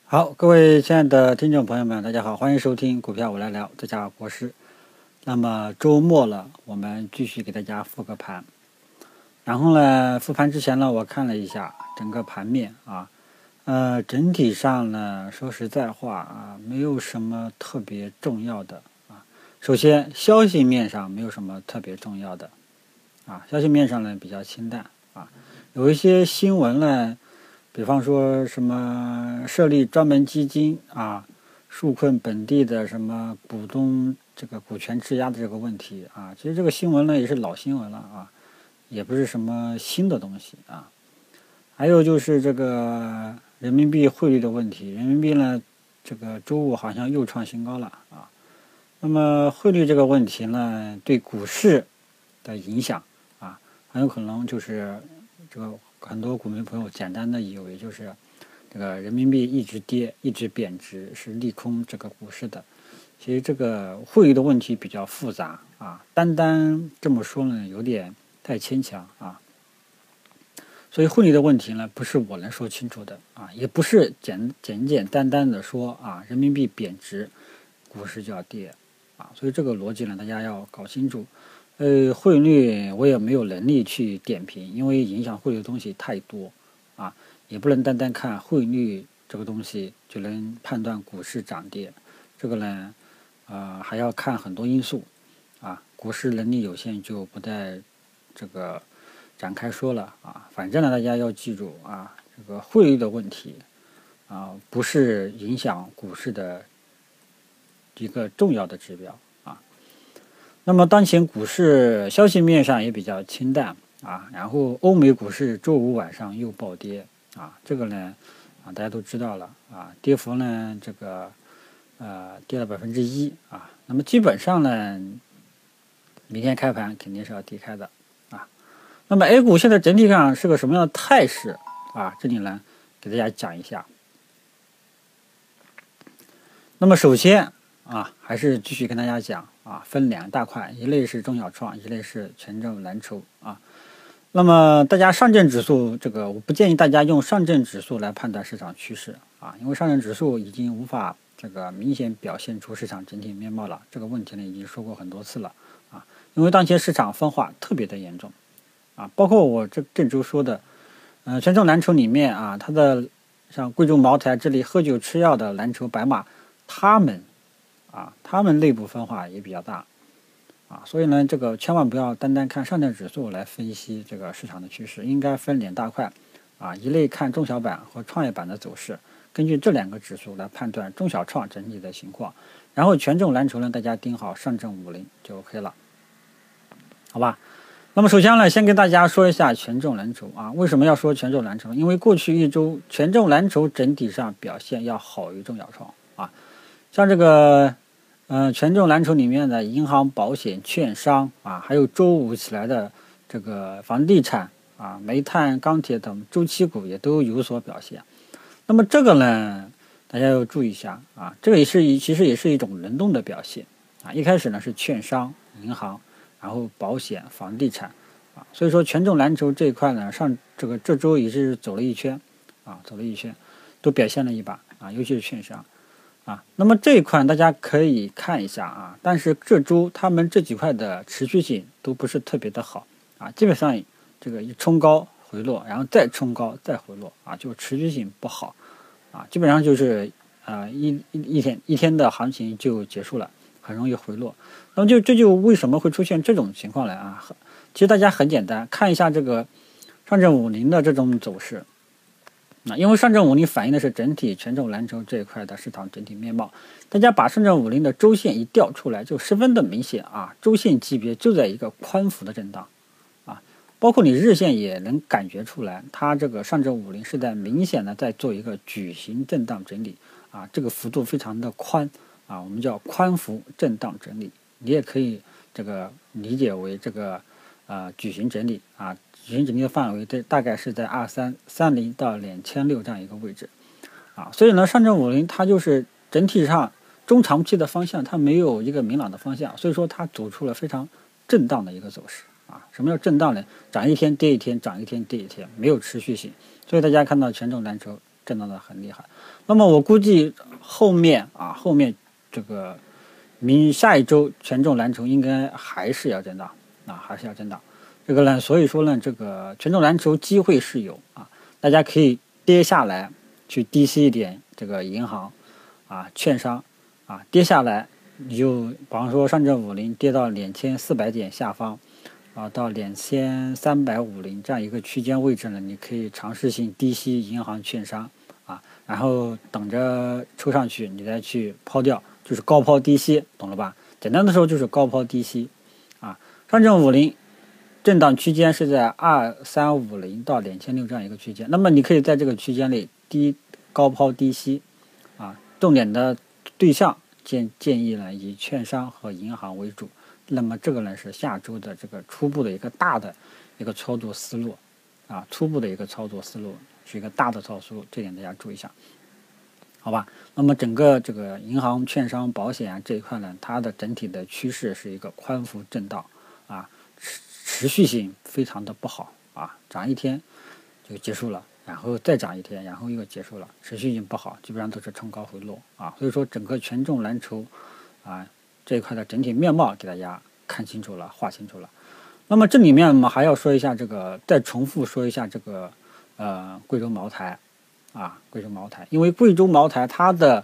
好，各位亲爱的听众朋友们，大家好，欢迎收听股票我来聊，这家国师。那么周末了，我们继续给大家复个盘。然后呢，复盘之前呢，我看了一下整个盘面啊，整体上呢，说实在话啊，没有什么特别重要的啊。首先，消息面上没有什么特别重要的啊，消息面上呢比较清淡啊，有一些新闻呢。比方说什么设立专门基金啊，纾困本地的什么股东这个股权质押的这个问题啊，其实这个新闻呢也是老新闻了啊，也不是什么新的东西啊。还有就是这个人民币汇率的问题，人民币呢这个周五好像又创新高了啊。那么汇率这个问题呢，对股市的影响啊，很有可能就是这个很多股民朋友简单的以为就是这个人民币一直跌一直贬值是利空这个股市的。其实这个汇率的问题比较复杂啊，单单这么说呢有点太牵强啊。所以汇率的问题呢不是我能说清楚的啊，也不是简单的说啊人民币贬值股市就要跌啊，所以这个逻辑呢大家要搞清楚。汇率我也没有能力去点评，因为影响汇率的东西太多啊，也不能单单看汇率这个东西就能判断股市涨跌。这个呢，还要看很多因素啊。股市能力有限，就不再这个展开说了啊。反正呢，大家要记住啊，这个汇率的问题啊，不是影响股市的一个重要的指标。那么当前股市消息面上也比较清淡啊，然后欧美股市周五晚上又暴跌啊，这个呢大家都知道了啊，跌幅呢这个跌了1%啊，那么基本上呢明天开盘肯定是要低开的啊。那么 A 股现在整体上是个什么样的态势啊？这里呢给大家讲一下。那么首先啊，还是继续跟大家讲啊，分两大块，一类是中小创，一类是权重蓝筹啊。那么大家上证指数这个，我不建议大家用上证指数来判断市场趋势啊，因为上证指数已经无法这个明显表现出市场整体面貌了。这个问题呢已经说过很多次了啊，因为当前市场分化特别的严重啊，包括我这周说的，权重蓝筹里面啊，它的像贵州茅台这里喝酒吃药的蓝筹白马，他们内部分化也比较大啊，所以呢，这个千万不要单单看上证指数来分析这个市场的趋势，应该分两大块啊，一类看中小板和创业板的走势，根据这两个指数来判断中小创整体的情况，然后权重蓝筹呢，大家盯好上证50就 OK 了，好吧？那么首先呢，先跟大家说一下权重蓝筹啊，为什么要说权重蓝筹？因为过去一周权重蓝筹整体上表现要好于中小创啊，像这个。权重蓝筹里面的银行、保险、券商啊，还有周五起来的这个房地产啊、煤炭、钢铁等周期股也都有所表现。那么这个呢，大家要注意一下啊，这个其实也是一种轮动的表现啊。一开始呢是券商、银行，然后保险、房地产啊，所以说权重蓝筹这一块呢，这周也是走了一圈啊，都表现了一把啊，尤其是券商。啊，那么这一块大家可以看一下啊，但是这周他们这几块的持续性都不是特别的好啊，基本上这个一冲高回落，然后再冲高再回落啊，就持续性不好啊，基本上就是一天的行情就结束了，很容易回落。那么这就为什么会出现这种情况来啊？其实大家很简单，看一下这个上证50的这种走势。因为上证50反映的是整体权重蓝筹这一块的市场整体面貌，大家把上证50的周线一调出来，就十分的明显啊，周线级别就在一个宽幅的震荡啊，包括你日线也能感觉出来，它这个上证50是在明显的在做一个矩形震荡整理啊，这个幅度非常的宽啊，我们叫宽幅震荡整理，你也可以这个理解为这个矩形整理啊。矩形整理的范围大概是在2330到2600这样一个位置啊，所以呢，上证50它就是整体上中长期的方向，它没有一个明朗的方向，所以说它走出了非常震荡的一个走势啊。什么叫震荡呢？涨一天跌一天，涨一天跌一天，没有持续性。所以大家看到权重蓝筹震荡的很厉害。那么我估计后面这个下一周权重蓝筹应该还是要震荡还是要震荡。这个呢，所以说呢，这个权重蓝筹机会是有大家可以跌下来去低吸一点这个银行券商跌下来，你就比方说上证50跌到2400点下方到2350这样一个区间位置呢，你可以尝试性低吸银行券商然后等着抽上去你再去抛掉，就是高抛低吸，懂了吧？简单的时候就是高抛低吸上证50震荡区间是在2350到2600这样一个区间，那么你可以在这个区间内高抛低吸重点的对象建议呢以券商和银行为主。那么这个呢是下周的这个初步的一个大的一个操作思路初步的一个操作思路是一个大的操作思路，这点大家注意一下，好吧？那么整个这个银行、券商、保险这一块呢，它的整体的趋势是一个宽幅震荡持续性非常的不好涨一天就结束了，然后再涨一天，然后又结束了，持续性不好，基本上都是冲高回落所以说整个权重蓝筹这一块的整体面貌给大家看清楚了，画清楚了。那么这里面我们还要说一下再重复说一下这个贵州茅台贵州茅台，因为贵州茅台它的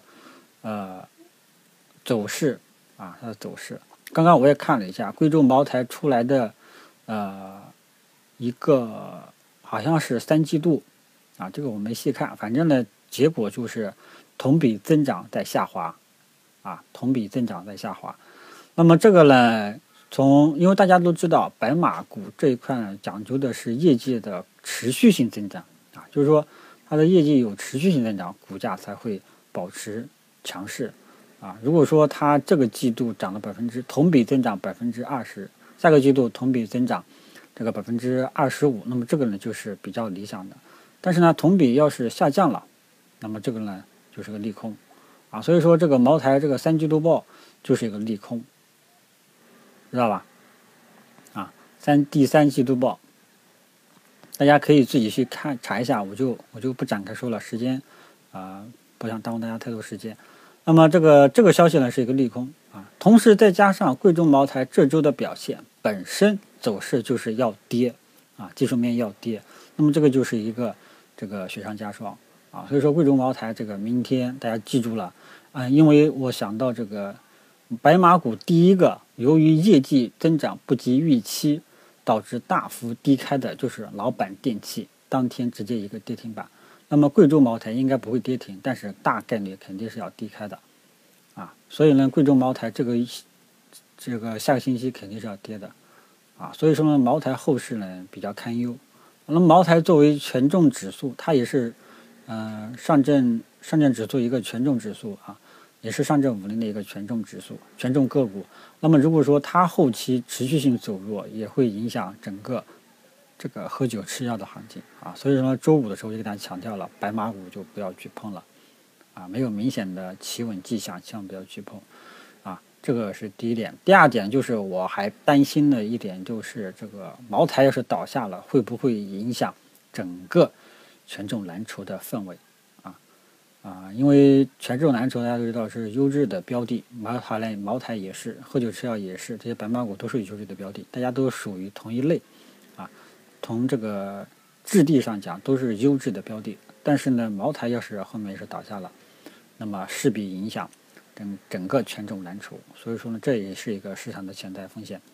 走势它的走势，刚刚我也看了一下贵州茅台出来的一个好像是3季度这个我没细看，反正呢结果就是同比增长在下滑同比增长在下滑。那么这个呢，因为大家都知道白马股这一块呢讲究的是业绩的持续性增长就是说它的业绩有持续性增长，股价才会保持强势如果说它这个季度涨了同比增长20%，下个季度同比增长这个25%，那么这个呢就是比较理想的。但是呢同比要是下降了，那么这个呢就是个利空所以说这个茅台这个3季度报就是一个利空，知道吧？第三季度报大家可以自己去查一下，我就不展开说了，时间不想耽误大家太多时间。那么这个消息呢是一个利空同时再加上贵州茅台这周的表现本身走势就是要跌技术面要跌，那么这个就是一个这个雪上加霜所以说贵州茅台这个明天大家记住了因为我想到这个白马股第一个由于业绩增长不及预期导致大幅低开的就是老板电器，当天直接一个跌停板。那么贵州茅台应该不会跌停，但是大概率肯定是要低开的所以呢贵州茅台这个下个星期肯定是要跌的所以说呢茅台后市呢比较堪忧。那么茅台作为权重指数，它也是上证指数一个权重指数也是上证50的一个权重指数，权重个股。那么如果说它后期持续性走弱，也会影响整个这个喝酒吃药的行情所以说周五的时候就给大家强调了，白马股就不要去碰了没有明显的企稳迹象，千万不要去碰这个是第一点。第二点就是我还担心的一点就是这个茅台要是倒下了，会不会影响整个权重蓝筹的氛围因为权重蓝筹大家都知道是优质的标的，茅台也是，喝酒吃药也是，这些白马股都是优质的标的，大家都属于同一类从这个质地上讲都是优质的标的。但是呢茅台要是后面是倒下了，那么势必影响整个权重蓝筹，所以说呢这也是一个市场的潜在风险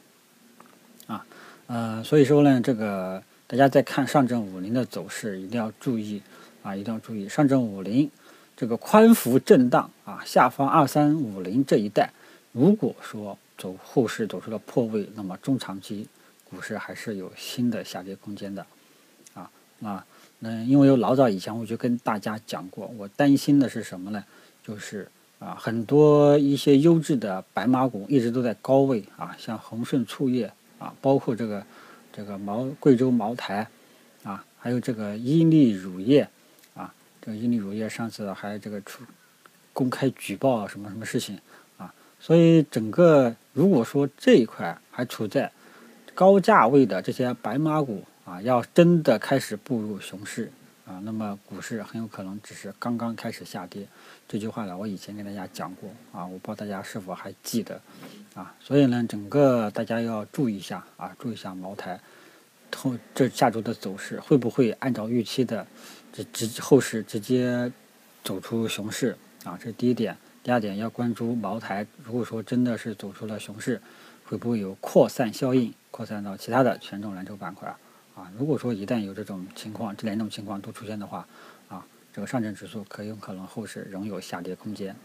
所以说呢这个大家在看上证50的走势一定要注意一定要注意上证50这个宽幅震荡下方2350这一带，如果说后市走出了破位，那么中长期股市还是有新的下跌空间的因为老早以前我就跟大家讲过，我担心的是什么呢？就是很多一些优质的白马股一直都在高位像恒顺醋业包括这个贵州茅台还有这个伊利乳业这个伊利乳业上次还这个公开举报什么事情所以整个如果说这一块还处在高价位的这些白马股要真的开始步入熊市啊，那么股市很有可能只是刚刚开始下跌。这句话呢，我以前跟大家讲过啊，我不知道大家是否还记得啊。所以呢，整个大家要注意一下啊，注意一下茅台这下周的走势会不会按照预期的后市直接走出熊市啊？这是第一点。第二点要关注茅台，如果说真的是走出了熊市，会不会有扩散效应，扩散到其他的权重蓝筹板块啊？如果说一旦有这种情况，这两种情况都出现的话啊，这个上证指数有可能后市仍有下跌空间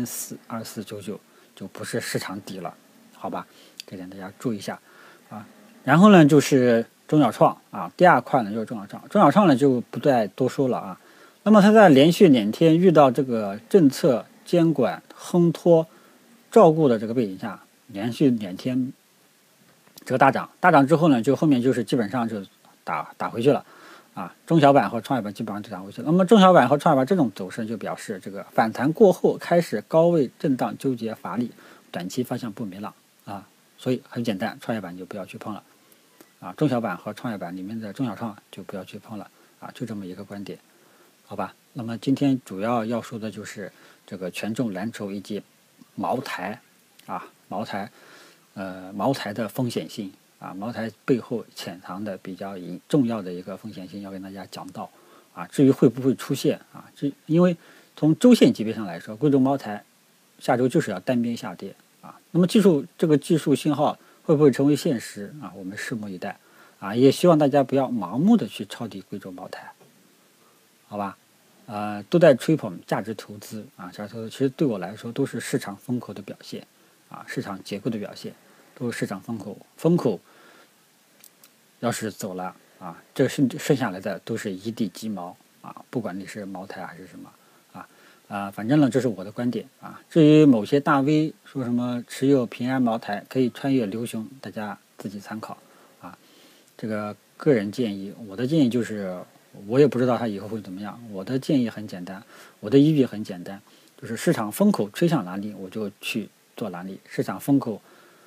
，2499就不是市场底了，好吧？这点大家注意一下啊。然后呢，就是中小创啊，第二块呢就是中小创，中小创呢就不再多说了啊。那么它在连续2天遇到这个政策监管烘托照顾的这个背景下，连续2天这个大涨之后呢，就后面就是基本上就打回去了啊。中小板和创业板基本上就打回去了。那么中小板和创业板这种走势就表示这个反弹过后开始高位震荡纠结乏力，短期方向不明朗啊。所以很简单，创业板就不要去碰了啊，中小板和创业板里面的中小创就不要去碰了啊，就这么一个观点。好吧，那么今天主要说的就是这个权重蓝筹以及茅台啊，茅台的风险性啊，茅台背后潜藏的比较重要的一个风险性要跟大家讲到啊。至于会不会出现啊，因为从周线级别上来说，贵州茅台下周就是要单边下跌啊。那么这个技术信号会不会成为现实啊？我们拭目以待啊。也希望大家不要盲目的去抄底贵州茅台，好吧？都在吹捧价值投资啊，价值投资其实对我来说都是市场风口的表现啊，市场结构的表现，都是市场风口要是走了啊，这剩下来的都是一地鸡毛啊，不管你是茅台还是什么反正呢这是我的观点啊。至于某些大 V 说什么持有平安茅台可以穿越牛熊，大家自己参考啊。这个个人建议，我的建议就是。我也不知道它以后会怎么样。我的建议很简单，我的依据很简单，就是市场风口吹向哪里，我就去做哪里。市场风口，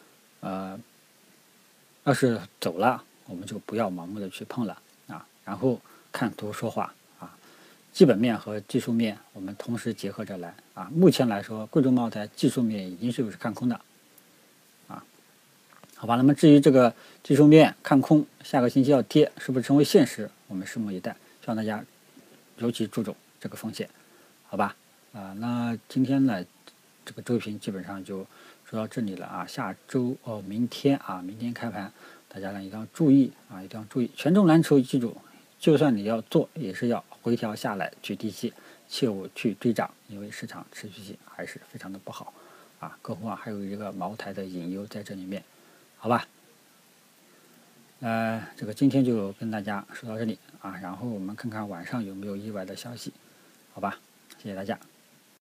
要是走了，我们就不要盲目的去碰了啊。然后看图说话啊，基本面和技术面我们同时结合着来啊。目前来说，贵州茅台技术面已经是看空的啊。好吧，那么至于这个技术面看空，下个星期要跌，是不是成为现实？我们拭目以待，希望大家尤其注重这个风险，好吧？那今天呢，这个周评基本上就说到这里了啊。下周明天开盘，大家呢一定要注意啊，一定要注意权重蓝筹，记住，就算你要做，也是要回调下来去低吸，切勿去追涨，因为市场持续性还是非常的不好啊。更何况还有一个茅台的隐忧在这里面，好吧？这个今天就跟大家说到这里啊，然后我们看看晚上有没有意外的消息，好吧？谢谢大家。